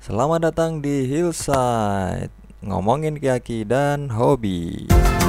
Selamat datang di Hillside, ngomongin kaki dan hobi.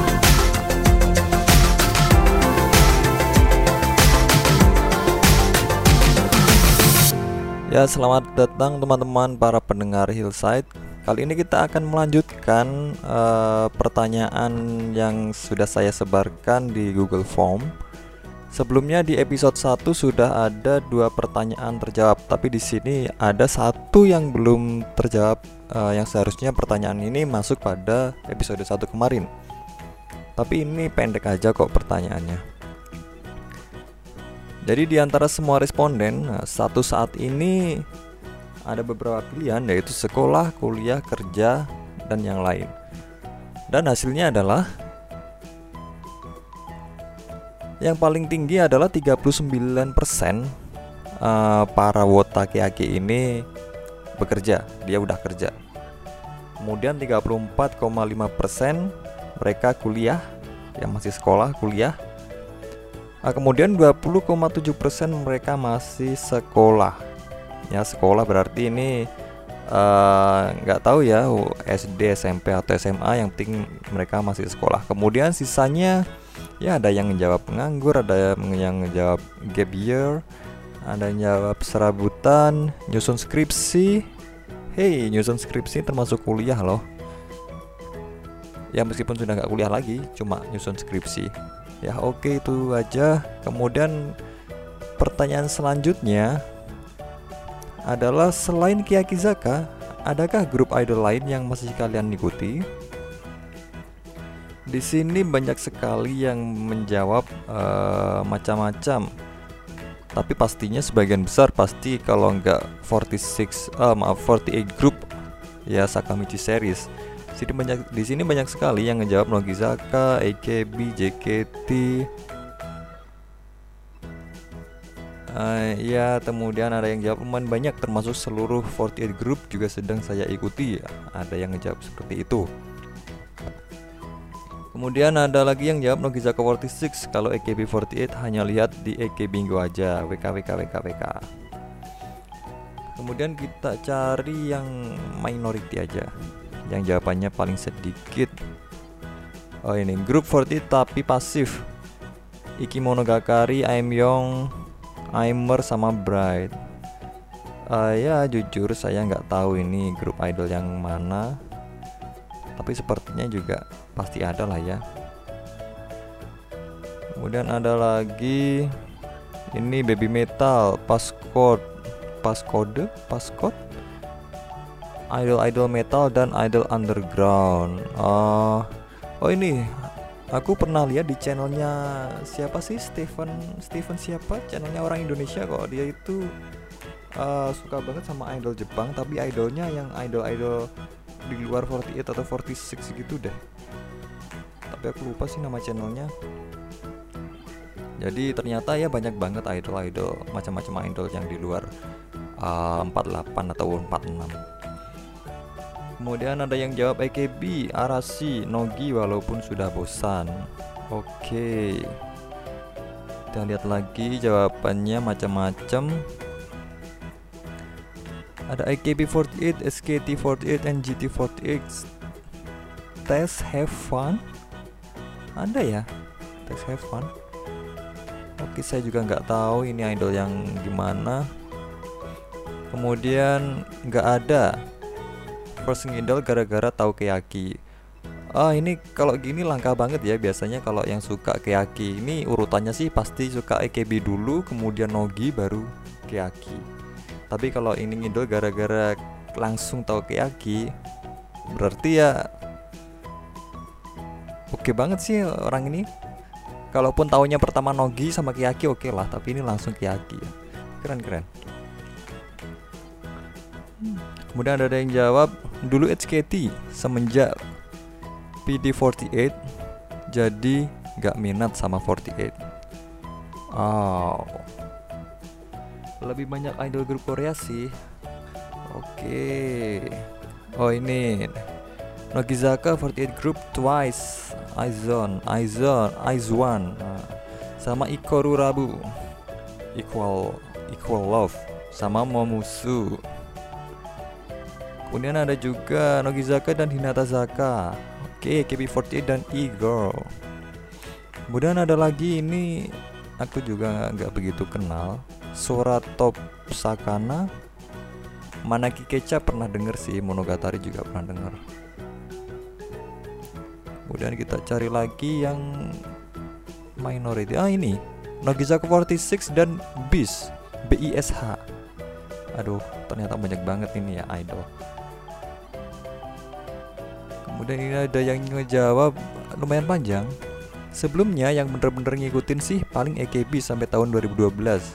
Ya, selamat datang teman-teman para pendengar Hillside. Kali ini kita akan melanjutkan pertanyaan yang sudah saya sebarkan di Google Form. Sebelumnya di episode 1 sudah ada 2 pertanyaan terjawab, tapi di sini ada satu yang belum terjawab, yang seharusnya pertanyaan ini masuk pada episode 1 kemarin. Tapi ini pendek aja kok pertanyaannya. Jadi di antara semua responden, satu saat ini ada beberapa pilihan, yaitu sekolah, kuliah, kerja, dan yang lain. Dan hasilnya adalah yang paling tinggi adalah 39% para wota aki-aki ini bekerja, dia udah kerja. Kemudian 34,5% mereka kuliah, yang masih sekolah, kuliah. Kemudian 20,7% mereka masih sekolah. Ya, sekolah berarti ini nggak tahu ya, SD, SMP atau SMA, yang penting mereka masih sekolah. Kemudian sisanya ya ada yang menjawab penganggur, ada yang menjawab gap year, ada yang jawab serabutan, nyusun skripsi. Hey, nyusun skripsi termasuk kuliah loh. Ya meskipun sudah nggak kuliah lagi, cuma nyusun skripsi. Ya oke, itu aja. Kemudian pertanyaan selanjutnya adalah, selain Kyakizaka, adakah grup idol lain yang masih kalian ikuti? Di sini banyak sekali yang menjawab macam-macam. Tapi pastinya sebagian besar pasti, kalau enggak 48 group, ya Sakamichi series. Di sini banyak sekali yang menjawab Nogizaka, AKB, JKT. Ya, kemudian ada yang jawab lumayan banyak, termasuk seluruh 48 group juga sedang saya ikuti. Ada yang menjawab seperti itu. Kemudian ada lagi yang jawab Nogizaka 46, kalau AKB48 hanya lihat di AK Bingo aja, WK. Kemudian kita cari yang minority aja, yang jawabannya paling sedikit. Oh, ini grup 48 tapi pasif, Ikimonogakari, Aimyong, Aimer sama Bright. Ya jujur saya nggak tahu ini grup idol yang mana, tapi sepertinya juga pasti ada lah ya. Kemudian ada lagi ini Baby Metal, Passcode, Idol Metal dan Idol Underground. Oh ini aku pernah lihat di channelnya siapa sih, Steven siapa, channelnya orang Indonesia kok. Dia itu suka banget sama idol Jepang, tapi idolnya yang idol di luar 48 atau 46 gitu deh, tapi aku lupa sih nama channelnya. Jadi ternyata ya banyak banget idol macam-macam idol yang di luar 48 atau 46. Kemudian ada yang jawab AKB, Arashi, Nogi walaupun sudah bosan. Oke, kita lihat lagi jawabannya macam-macam. Ada AKB48, SKT48, and GT48. Test have fun? Ada ya? Test have fun? Oke, saya juga nggak tahu ini idol yang gimana. Kemudian nggak ada first idol gara-gara tahu Keyaki. Ini kalau gini langka banget ya. Biasanya kalau yang suka Keyaki ini urutannya sih pasti suka AKB dulu, kemudian Nogi, baru Keyaki. Tapi kalau ini ngidol gara-gara langsung tahu Keyaki, berarti ya oke banget sih orang ini. Kalaupun taunya pertama Nogi sama Keyaki oke lah, tapi ini langsung Keyaki. Keren. Kemudian ada yang jawab dulu HKT, semenjak PD48 jadi gak minat sama 48. Lebih banyak idol grup Korea sih. Oke. Oh ini Nogizaka 48 group Twice, IZ*ONE, sama Ikoru Rabu, Equal Love, sama Momusu. Kemudian ada juga Nogizaka dan Hinata Zaka. Oke, KB48 dan E-Girl. Kemudian ada lagi, ini aku juga nggak begitu kenal, Sora Top Sakana. Manaki Kecha pernah denger sih, Monogatari juga pernah denger. Kemudian kita cari lagi yang minority. Ini Nogizaka 46 dan BISH. Aduh, ternyata banyak banget ini ya idol. Kemudian ini ada yang ngejawab lumayan panjang. Sebelumnya yang bener-bener ngikutin sih paling AKB sampai tahun 2012,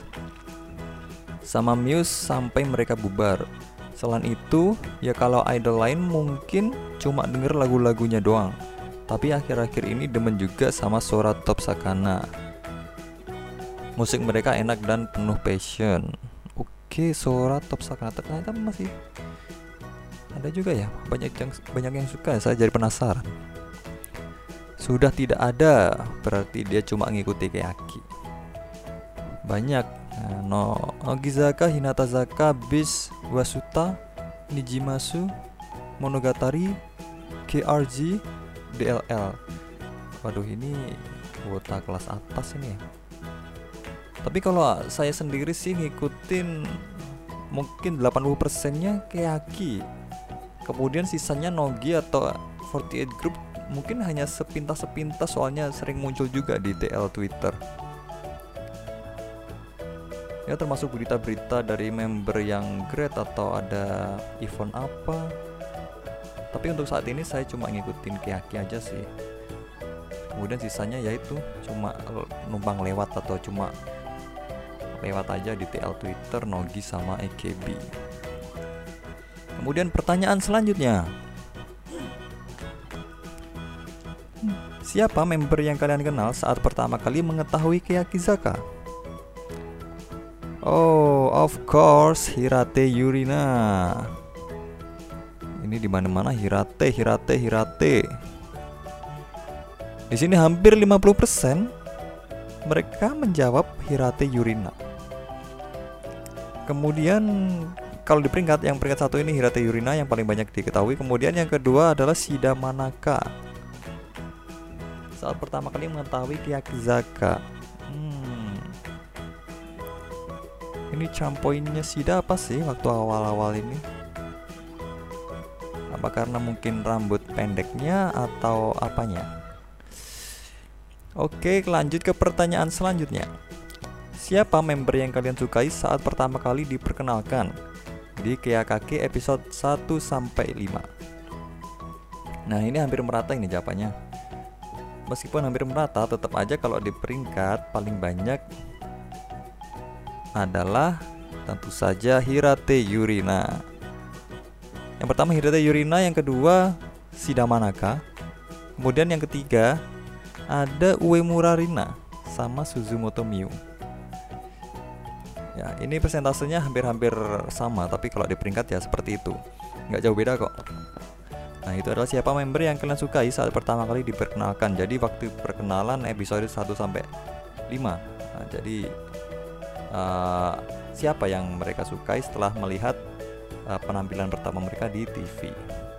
sama Muse sampai mereka bubar. Selain itu ya kalau idol lain mungkin cuma denger lagu-lagunya doang. Tapi akhir-akhir ini demen juga sama Sora Top Sakana. Musik mereka enak dan penuh passion. Oke, Sora Top Sakana ternyata masih ada juga ya, banyak yang suka. Saya jadi penasaran. Sudah tidak ada, berarti dia cuma ngikuti Keyaki. Banyak. Nogizaka, Hinata Zaka, BISH, Wasuta, Nijimasu, Monogatari, KRG, DLL. Waduh, ini wota kelas atas ini ya. Tapi kalau saya sendiri sih ngikutin mungkin 80%-nya Keyaki. Kemudian sisanya Nogi atau 48 Group mungkin hanya sepintas-sepintas, soalnya sering muncul juga di TL Twitter. Ya termasuk berita-berita dari member yang great atau ada event apa. Tapi untuk saat ini saya cuma ngikutin Keyaki aja sih. Kemudian sisanya yaitu cuma numpang lewat atau cuma lewat aja di TL Twitter Nogi sama AKB. Kemudian pertanyaan selanjutnya, siapa member yang kalian kenal saat pertama kali mengetahui Keyakizaka? Oh, of course, Hirate Yurina. Ini di mana-mana Hirate. Di sini hampir 50% mereka menjawab Hirate Yurina. Kemudian kalau di yang peringkat 1 ini Hirate Yurina yang paling banyak diketahui. Kemudian yang kedua adalah Shida Manaka. Saat pertama kali mengetahui Keyakizaka, ini campoinnya Shida apa sih waktu awal-awal ini? Apa karena mungkin rambut pendeknya atau apanya? Oke, lanjut ke pertanyaan selanjutnya. Siapa member yang kalian sukai saat pertama kali diperkenalkan di Keyakake episode 1-5? Nah, ini hampir merata ini jawabannya. Meskipun hampir merata, tetap aja kalau di peringkat paling banyak adalah tentu saja Hirate Yurina. Yang pertama Hirate Yurina, yang kedua Shida Manaka, kemudian yang ketiga ada Uemura Rina sama Suzumoto Miu. Ya, ini persentasenya hampir-hampir sama, tapi kalau di peringkat ya seperti itu, nggak jauh beda kok. Nah, itu adalah siapa member yang kalian sukai saat pertama kali diperkenalkan. Jadi waktu perkenalan episode 1-5. Nah, jadi siapa yang mereka sukai setelah melihat penampilan pertama mereka di TV.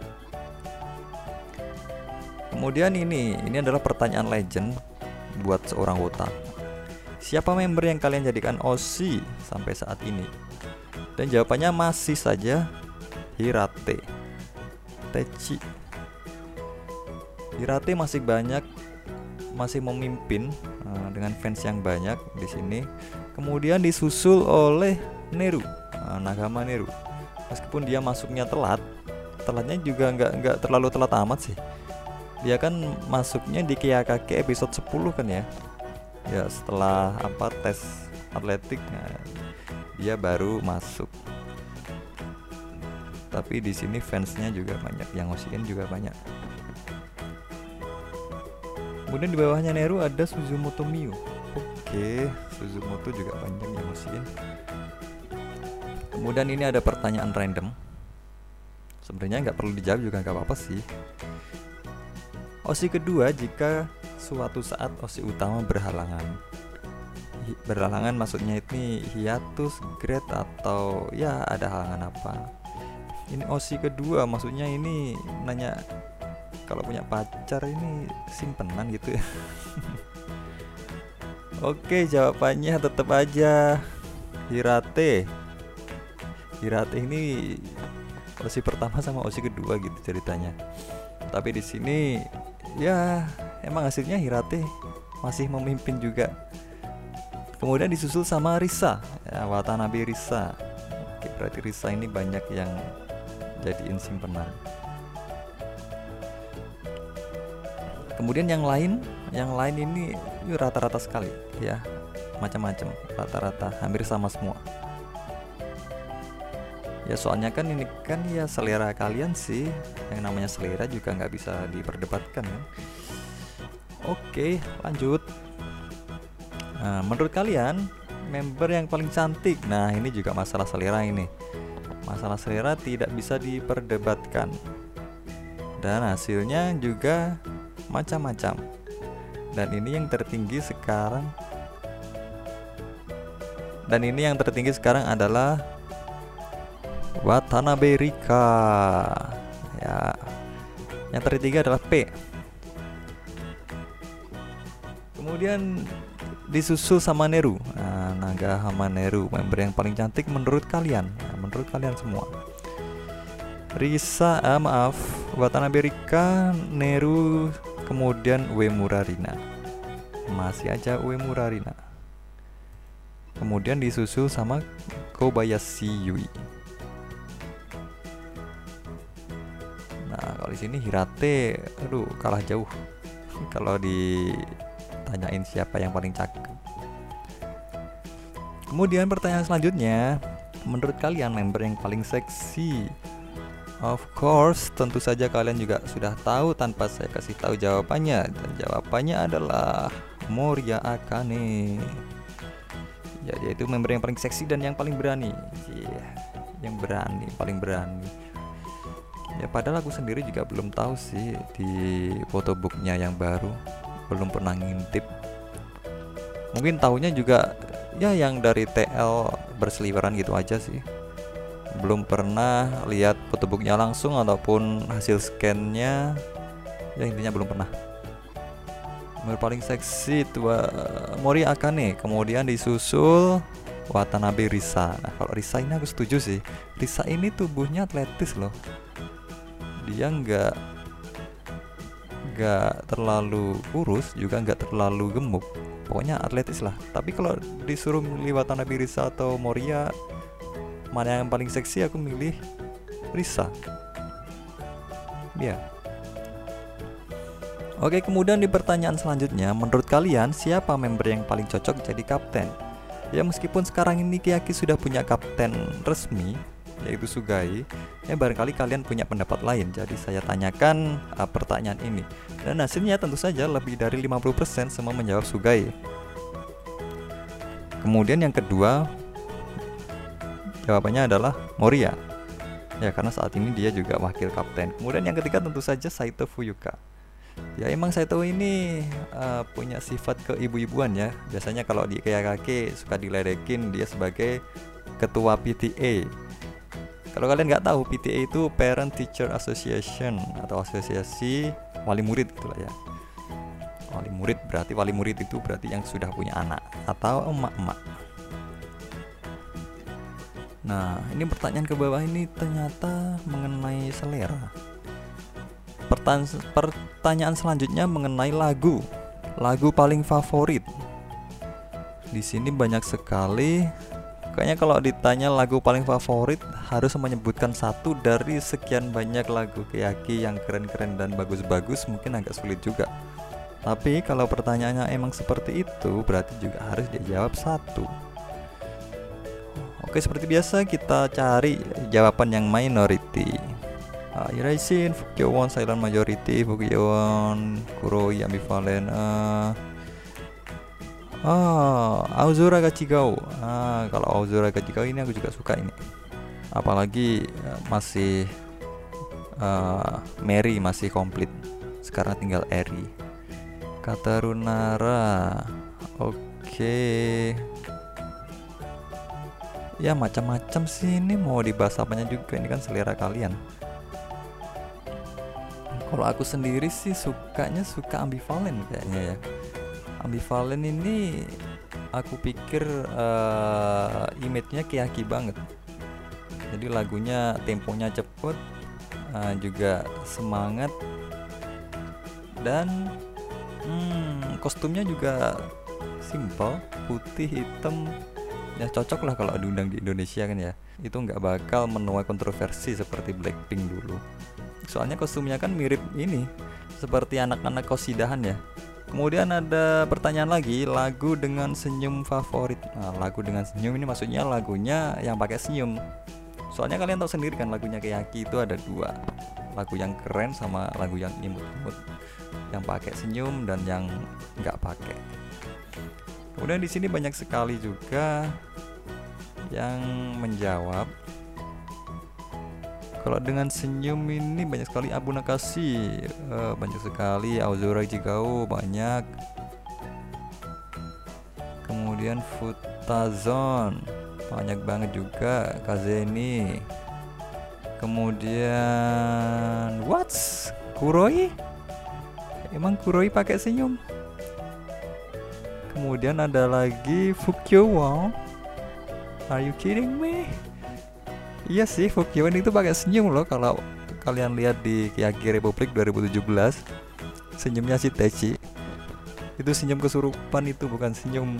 Kemudian ini adalah pertanyaan legend buat seorang wota. Siapa member yang kalian jadikan OC sampai saat ini? Dan jawabannya masih saja Hirate. Techi. Hirate masih memimpin dengan fans yang banyak di sini. Kemudian disusul oleh Neru, Nagama Neru. Meskipun dia masuknya telatnya juga nggak terlalu telat amat sih. Dia kan masuknya di Keyakake episode 10 kan ya. Ya setelah tes atletik, dia baru masuk. Tapi di sini fansnya juga banyak, yang ngosiin juga banyak. Kemudian di bawahnya Neru ada Suzumoto Miu. Oke, Suzumoto juga banyak yang ngosiin. Kemudian ini ada pertanyaan random. Sebenarnya nggak perlu dijawab juga nggak apa-apa sih. OC kedua jika suatu saat OC utama berhalangan. Berhalangan maksudnya ini hiatus, grade atau ya ada halangan apa. Ini Osi kedua, maksudnya ini nanya kalau punya pacar ini simpenan gitu ya. Oke, jawabannya tetap aja Hirate. Hirate ini Osi pertama sama Osi kedua gitu ceritanya. Tapi di sini ya emang hasilnya Hirate masih memimpin juga. Kemudian disusul sama Risa, ya, Watanabe Risa. Oke, berarti Risa ini banyak yang jadiin simpenan. Kemudian yang lain ini rata-rata sekali ya, macam-macam, rata-rata hampir sama semua. Ya soalnya kan ini kan ya selera kalian sih, yang namanya selera juga nggak bisa diperdebatkan kan. Oke, lanjut. Nah, menurut kalian member yang paling cantik? Nah ini juga masalah selera ini. Masalah selera tidak bisa diperdebatkan. Dan hasilnya juga macam-macam. Dan ini yang tertinggi sekarang. Adalah Watanabe Rika. Ya. Yang tertiga adalah P. Kemudian disusul sama Neru. Nah, Naga Hamaneru, member yang paling cantik menurut kalian? Nah, menurut kalian semua. Risa, Watanabe Rika, Neru, kemudian Uemura Rina. Masih aja Uemura Rina. Kemudian disusul sama Kobayashi Yui. Nah, kalau di sini Hirate, aduh kalah jauh. Kalau ditanyain siapa yang paling cakep. Kemudian pertanyaan selanjutnya, menurut kalian member yang paling seksi? Of course, tentu saja kalian juga sudah tahu tanpa saya kasih tahu jawabannya. Dan jawabannya adalah Moria Akane. Ya, dia itu member yang paling seksi dan yang paling berani. Yang berani, paling berani. Ya, padahal aku sendiri juga belum tahu sih di photobooknya yang baru. Belum pernah ngintip. Mungkin tahunya juga ya yang dari TL berseliweran gitu aja sih. Belum pernah lihat photobooknya langsung ataupun hasil scan-nya. Ya intinya belum pernah. Member paling seksi itu Mori Akane, kemudian disusul Watanabe Risa. Nah, kalau Risa ini aku setuju sih. Risa ini tubuhnya atletis loh. Dia nggak terlalu kurus, juga nggak terlalu gemuk. Pokoknya atletis lah. Tapi kalau disuruh milih Watanabe Risa atau Moria, mana yang paling seksi, aku milih Risa. Ya. Oke, kemudian di pertanyaan selanjutnya, menurut kalian siapa member yang paling cocok jadi kapten? Ya meskipun sekarang ini Kiyaki sudah punya kapten resmi, yaitu Sugai, ya barangkali kalian punya pendapat lain. Jadi saya tanyakan pertanyaan ini. Dan hasilnya tentu saja lebih dari 50% semua menjawab Sugai. Kemudian yang kedua, jawabannya adalah Moria. Ya karena saat ini dia juga wakil kapten. Kemudian yang ketiga tentu saja Saito Fuyuka. Ya emang Saito ini punya sifat keibu-ibuan ya. Biasanya kalau di KKK suka diledekin dia sebagai ketua PTA. Kalau kalian nggak tahu, PTA itu Parent Teacher Association atau asosiasi wali murid gitulah ya. Wali murid itu berarti yang sudah punya anak atau emak-emak. Nah, ini pertanyaan ke bawah ini ternyata mengenai selera. Pertanyaan selanjutnya mengenai lagu paling favorit. Di sini banyak sekali. Kayaknya kalau ditanya lagu paling favorit harus menyebutkan satu dari sekian banyak lagu Kiyaki yang keren-keren dan bagus-bagus, mungkin agak sulit juga. Tapi kalau pertanyaannya emang seperti itu, berarti juga harus dijawab satu. Oke, seperti biasa kita cari jawaban yang minority. Iraisin, Fukiowon silent majority, Fukiowon Kuroi ambivalent. Aozora Gachigao. Kalau Aozora Gachigao ini aku juga suka ini. Apalagi masih Mary masih komplit. Sekarang tinggal Eri. Katarunara. Oke. Ya macam-macam sih, ini mau dibahas apanya juga, ini kan selera kalian. Kalau aku sendiri sih suka ambivalen kayaknya ya. Ambivalen ini aku pikir image-nya Keyaki banget. Jadi lagunya temponya cepet, juga semangat, dan kostumnya juga simple, putih hitam. Ya cocok lah kalau diundang di Indonesia kan ya. Itu nggak bakal menuai kontroversi seperti Blackpink dulu. Soalnya kostumnya kan mirip ini, seperti anak-anak kosidahan ya. Kemudian ada pertanyaan lagi, lagu dengan senyum favorit. Nah, lagu dengan senyum ini maksudnya lagunya yang pakai senyum. Soalnya kalian tahu sendiri kan lagunya Keyaki itu ada dua, lagu yang keren sama lagu yang imut-imut, yang pakai senyum dan yang nggak pakai. Kemudian di sini banyak sekali juga yang menjawab. Kalau dengan senyum ini banyak sekali, Abu Nakasi, banyak sekali, Aozora Jigao banyak. Kemudian Futazon banyak banget juga, Kazeni. Kemudian Kuroi? Emang Kuroi pakai senyum? Kemudian ada lagi Fukyowon. Are you kidding me? Iya sih, Fukyowon itu pakai senyum loh. Kalau kalian lihat di Keyaki Republic 2017, senyumnya si Techi itu senyum kesurupan, itu bukan senyum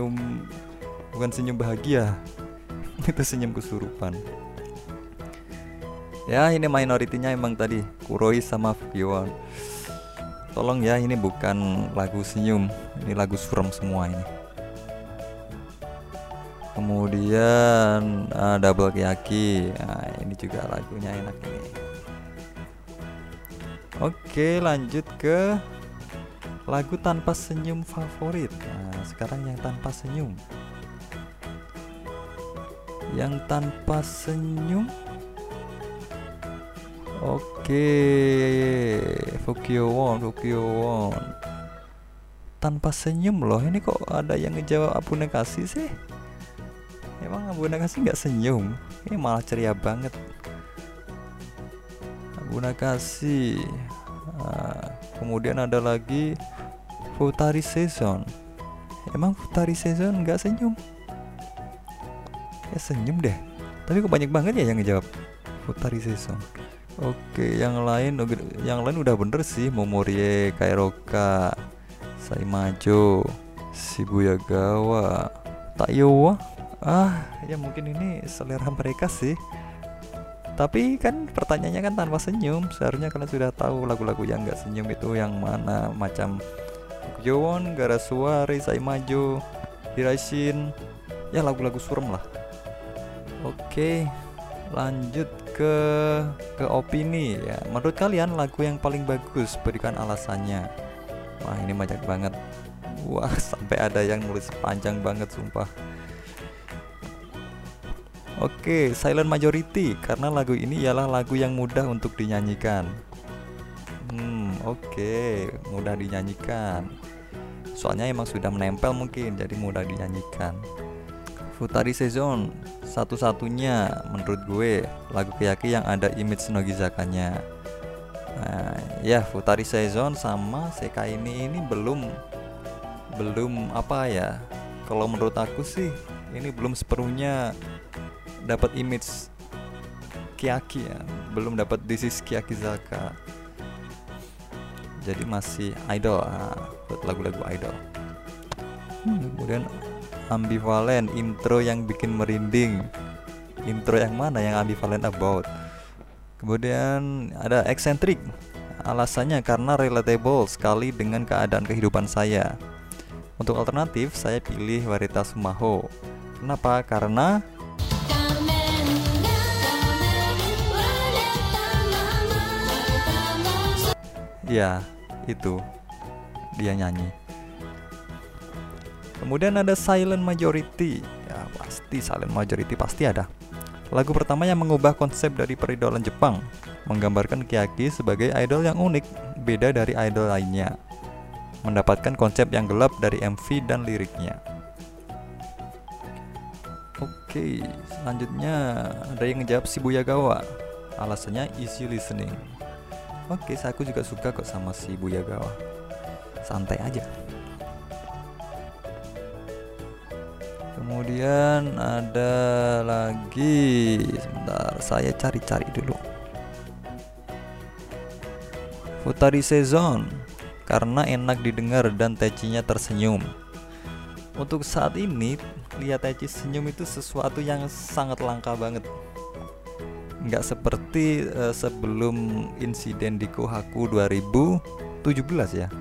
bahagia. Itu senyum kesurupan. Ya ini minoritinya emang tadi Kuroi sama Fukyowon. Tolong ya, ini bukan lagu senyum, ini lagu suram semua ini. Kemudian Double Keyaki, nah, ini juga lagunya enak ini. Oke, lanjut ke lagu tanpa senyum favorit. Nah sekarang yang tanpa senyum. Yang tanpa senyum, oke, Fukyowon tanpa senyum loh. Ini kok ada yang ngejawab Abu Nakasi sih? Emang Abu Nakasi nggak senyum? Ini malah ceria banget Abu Nakasi. Kemudian ada lagi Futari Season. Emang Futari Season nggak senyum? Ya senyum deh, tapi kok banyak banget ya yang ngejawab Futari Season. Oke, yang lain udah bener sih. Momorie, Kairoka, Saimajo, Shibuya Gawa, Tayowa. Ya mungkin ini selera mereka sih. Tapi kan pertanyaannya kan tanpa senyum. Seharusnya kalian sudah tahu lagu-lagu yang nggak senyum itu yang mana, macam Fukyowon, Garasuare, Saimajo, Hiraishin. Ya lagu-lagu surem lah. Oke, lanjut ke opini ya. Menurut kalian lagu yang paling bagus, berikan alasannya. Wah ini banyak banget. Wah sampai ada yang nulis panjang banget sumpah. Oke, Silent Majority, karena lagu ini ialah lagu yang mudah untuk dinyanyikan. Oke, mudah dinyanyikan. Soalnya emang sudah menempel mungkin, jadi mudah dinyanyikan. Futari Season, satu-satunya menurut gue lagu Keyaki yang ada image Nogizaka-nya. Nah, ya Futari Season sama Sekai ini belum apa ya? Kalau menurut aku sih ini belum sepenuhnya dapat image Keyaki ya, belum dapat This is Keyakizaka. Jadi masih idol, buat lagu-lagu idol. Kemudian Ambivalen, intro yang bikin merinding. Intro yang mana yang ambivalen about? Kemudian ada Eccentric, alasannya karena relatable sekali dengan keadaan kehidupan saya. Untuk alternatif saya pilih Varietas Sumaho. Kenapa? Karena ya itu dia nyanyi. Kemudian ada Silent Majority. Ya pasti Silent Majority pasti ada. Lagu pertama yang mengubah konsep dari peridolan Jepang, menggambarkan Keyaki sebagai idol yang unik, beda dari idol lainnya. Mendapatkan konsep yang gelap dari MV dan liriknya. Oke, selanjutnya ada yang ngejawab Shibuya Gawa. Alasannya easy listening. Oke, aku juga suka kok sama Shibuya Gawa. Santai aja. Kemudian ada lagi, sebentar saya cari-cari dulu. Futari Season, karena enak didengar dan Tecinya tersenyum. Untuk saat ini lihat Teci senyum itu sesuatu yang sangat langka banget. Nggak seperti sebelum insiden di Kohaku 2017 ya.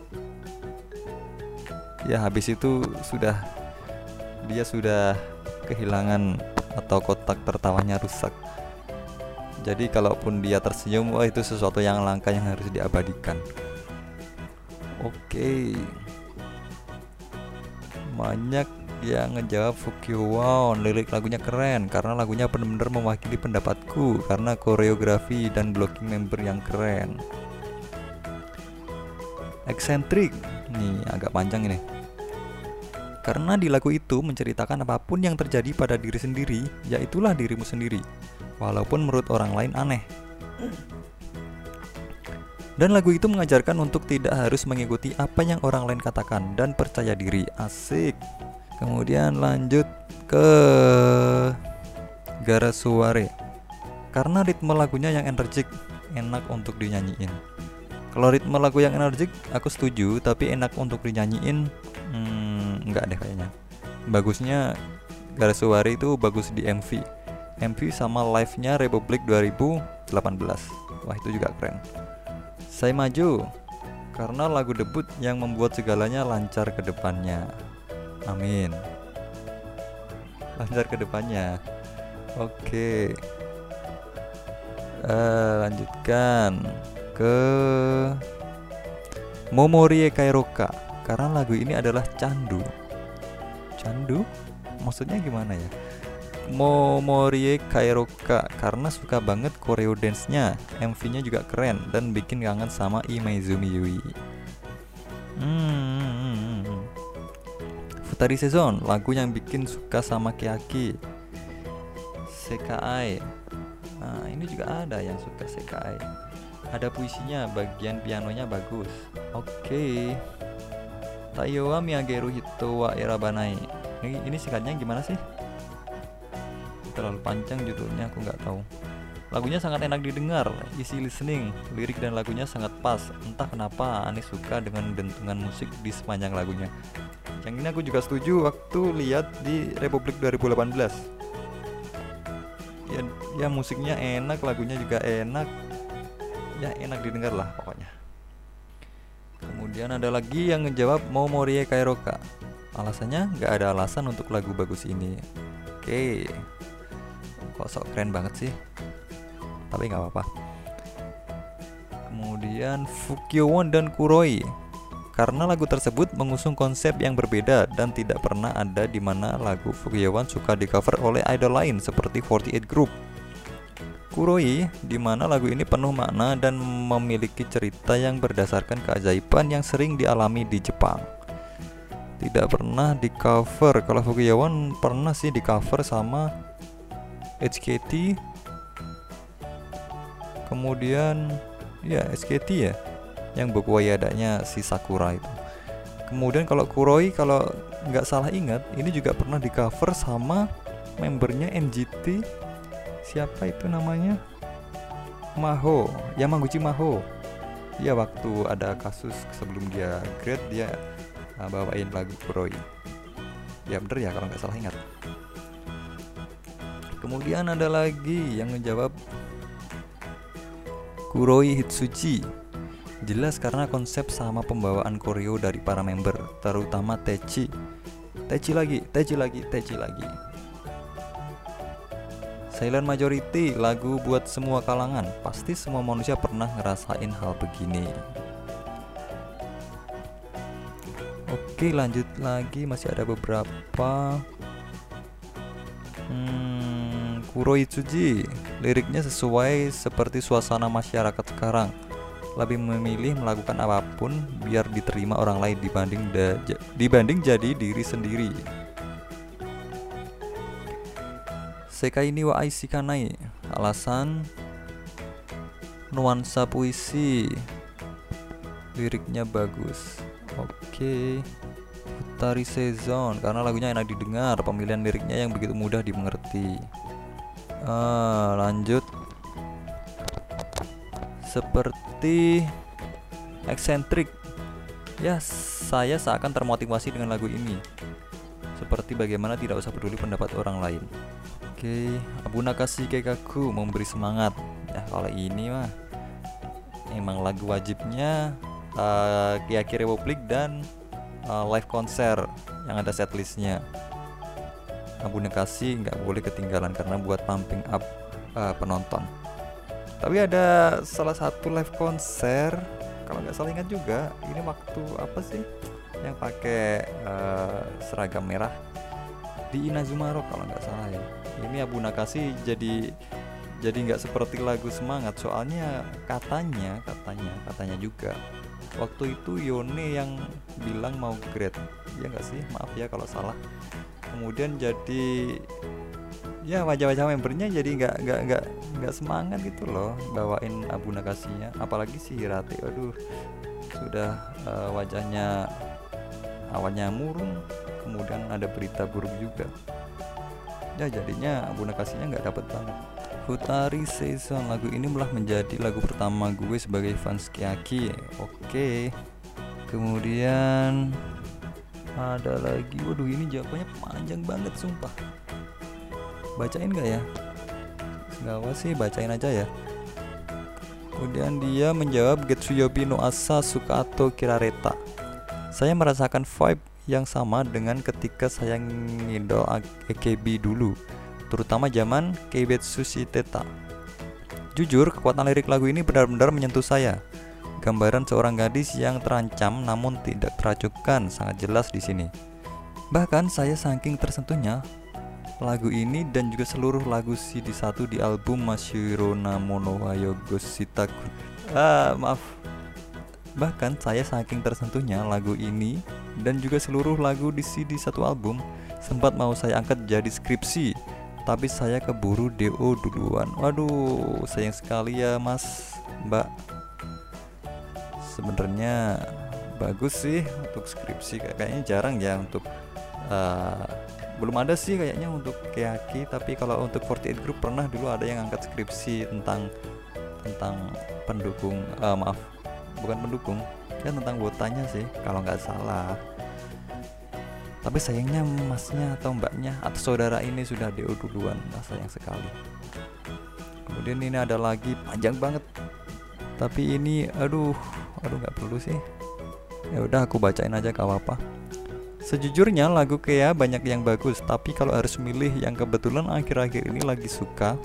Ya habis itu dia sudah kehilangan atau kotak tertawanya rusak. Jadi kalaupun dia tersenyum, wah itu sesuatu yang langka yang harus diabadikan. Oke. Banyak yang ngejawab Fukiwon, lirik lagunya keren karena lagunya benar-benar mewakili pendapatku karena koreografi dan blocking member yang keren. Eksentrik, nih agak panjang ini. Karena di lagu itu menceritakan apapun yang terjadi pada diri sendiri, yaitulah dirimu sendiri, walaupun menurut orang lain aneh. Dan lagu itu mengajarkan untuk tidak harus mengikuti apa yang orang lain katakan dan percaya diri. Asik. Kemudian lanjut ke Garasuware. Karena ritme lagunya yang energik, enak untuk dinyanyiin. Kalau ritme lagu yang energik aku setuju, tapi enak untuk dinyanyiin enggak deh kayaknya. Bagusnya Garasuware itu bagus di MV sama live-nya Republic 2018. Wah itu juga keren. Saya maju karena lagu debut yang membuat segalanya lancar ke depannya. Amin. Lancar ke depannya. Oke. Lanjutkan ke Momorie Kairoka karena lagu ini adalah candu. Candu? Maksudnya gimana ya? Momorie Kairoka karena suka banget koreo dance-nya, MV-nya juga keren dan bikin kangen sama Imaizumi Yui. Futari Season, lagu yang bikin suka sama Keaki. Sekai. Nah, ini juga ada yang suka Sekai. Ada puisinya, bagian pianonya bagus. Oke. Taiyo wa miyageru hito wa erabanai. Ini singkatnya gimana sih? Terlalu panjang judulnya, aku nggak tahu. Lagunya sangat enak didengar, easy listening, lirik dan lagunya sangat pas. Entah kenapa Anis suka dengan dentungan musik di sepanjang lagunya. Yang ini aku juga setuju waktu lihat di Republic 2018. Ya musiknya enak, lagunya juga enak. Ya enak didengar lah pokoknya. Kemudian ada lagi yang ngejawab Momorie Kairoka. Alasannya nggak ada alasan untuk lagu bagus ini. Oke. Kok sok keren banget sih, tapi nggak apa-apa. Kemudian Fukiwon dan Kuroi karena lagu tersebut mengusung konsep yang berbeda dan tidak pernah ada di mana lagu Fukiwon suka di cover oleh idol lain seperti 48 Group. Kuroi di mana lagu ini penuh makna dan memiliki cerita yang berdasarkan keajaiban yang sering dialami di Jepang. Tidak pernah di cover. Kalau Fukiwon pernah sih di cover sama HKT, kemudian ya HKT ya, yang Bokuwayadanya si Sakura itu. Kemudian kalau Kuroi, kalau nggak salah ingat, ini juga pernah di cover sama membernya NGT. Siapa itu namanya? Maho, Yamaguchi Maho. Ya waktu ada kasus sebelum dia grade, dia bawain lagu Kuroi. Ya bener ya kalau nggak salah ingat. Kemudian ada lagi yang ngejawab Kuroi Hitsuji. Jelas karena konsep sama pembawaan koreo dari para member, terutama Teci. Teci lagi. Silent Majority, lagu buat semua kalangan. Pasti semua manusia pernah ngerasain hal begini. Oke, lanjut lagi, masih ada beberapa. Kuroi Tsuji, liriknya sesuai seperti suasana masyarakat sekarang. Lebih memilih melakukan apapun biar diterima orang lain dibanding jadi diri sendiri. Sekai ni wa Aishikanai. Alasan nuansa puisi, liriknya bagus. Oke. Futari Season karena lagunya enak didengar, pemilihan liriknya yang begitu mudah dimengerti. Lanjut. Seperti eksentrik. Ya, saya seakan termotivasi dengan lagu ini. Seperti bagaimana tidak usah peduli pendapat orang lain. Oke, Abunakasi Keikaku memberi semangat. Ya, kalau ini mah emang lagu wajibnya Keaki Republic dan live konser yang ada setlistnya. Abunakasi nggak boleh ketinggalan karena buat pumping up penonton. Tapi ada salah satu live konser, kalau nggak salah ingat juga, ini waktu apa sih yang pakai seragam merah di Inazuma Rock kalau nggak salah ya. Ini Abunakasi jadi nggak seperti lagu semangat, soalnya katanya juga waktu itu Yone yang bilang mau grade, ya nggak sih, maaf ya kalau salah. Kemudian jadi ya wajah-wajah membernya jadi nggak semangat gitu loh bawain Abunakasinya, apalagi si Hirate, aduh sudah wajahnya awalnya murung, kemudian ada berita buruk juga, ya jadinya Abunakasinya nggak dapet banget. Futari Season, lagu ini malah menjadi lagu pertama gue sebagai fans Keaki. Oke. Kemudian ada lagi, waduh ini jawabannya panjang banget sumpah. Bacain gak ya? Nggak apa sih, bacain aja ya. Kemudian dia menjawab Getsuyobi no Asa Sukato Kirareta. Saya merasakan vibe yang sama dengan ketika saya ngidol AKB dulu, terutama zaman Keibetsu Shiteta. Jujur, kekuatan lirik lagu ini benar-benar menyentuh saya. Gambaran seorang gadis yang terancam namun tidak teracunkan sangat jelas di sini. Bahkan saya saking tersentuhnya lagu ini dan juga seluruh lagu CD1 di album Mashiro Namono Hayogoshitaku. Bahkan saya saking tersentuhnya lagu ini dan juga seluruh lagu di CD1 album, sempat mau saya angkat jadi skripsi, tapi saya keburu DO duluan. Waduh, sayang sekali ya Mas, Mbak. Sebenarnya bagus sih untuk skripsi, kayaknya jarang ya untuk belum ada sih kayaknya untuk Keaki, tapi kalau untuk 48 Group pernah dulu ada yang angkat skripsi tentang pendukung, bukan pendukung ya, tentang wotanya sih kalau nggak salah. Tapi sayangnya masnya atau mbaknya atau saudara ini sudah DO duluan, sayang sekali. Kemudian ini ada lagi panjang banget, tapi ini aduh nggak perlu sih. Ya udah aku bacain aja gak apa-apa. Sejujurnya lagu Kea banyak yang bagus, tapi kalau harus milih yang kebetulan akhir-akhir ini lagi suka,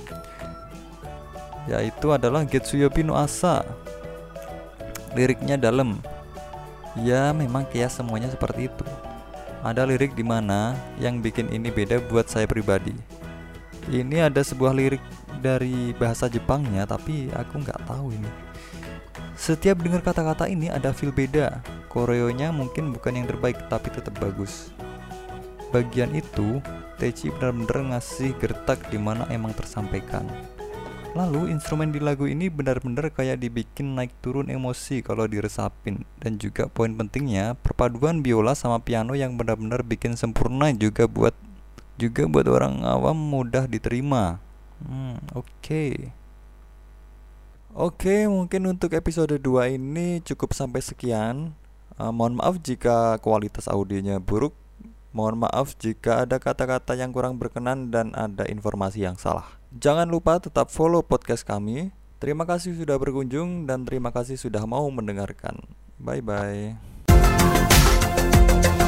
yaitu adalah Getsuyobi no Asa. Liriknya dalam. Ya memang Kea semuanya seperti itu. Ada lirik di mana yang bikin ini beda buat saya pribadi. Ini ada sebuah lirik dari bahasa Jepangnya, tapi aku nggak tahu ini. Setiap dengar kata-kata ini ada feel beda. Koreonya mungkin bukan yang terbaik, tapi tetap bagus. Bagian itu Teichi benar-benar ngasih gertak di mana emang tersampaikan. Lalu instrumen di lagu ini benar-benar kayak dibikin naik turun emosi kalau diresapin. Dan juga poin pentingnya perpaduan biola sama piano yang benar-benar bikin sempurna juga buat orang awam mudah diterima. Oke, mungkin untuk episode 2 ini cukup sampai sekian. Mohon maaf jika kualitas audionya buruk. Mohon maaf jika ada kata-kata yang kurang berkenan dan ada informasi yang salah. Jangan lupa tetap follow podcast kami. Terima kasih sudah berkunjung dan terima kasih sudah mau mendengarkan. Bye-bye.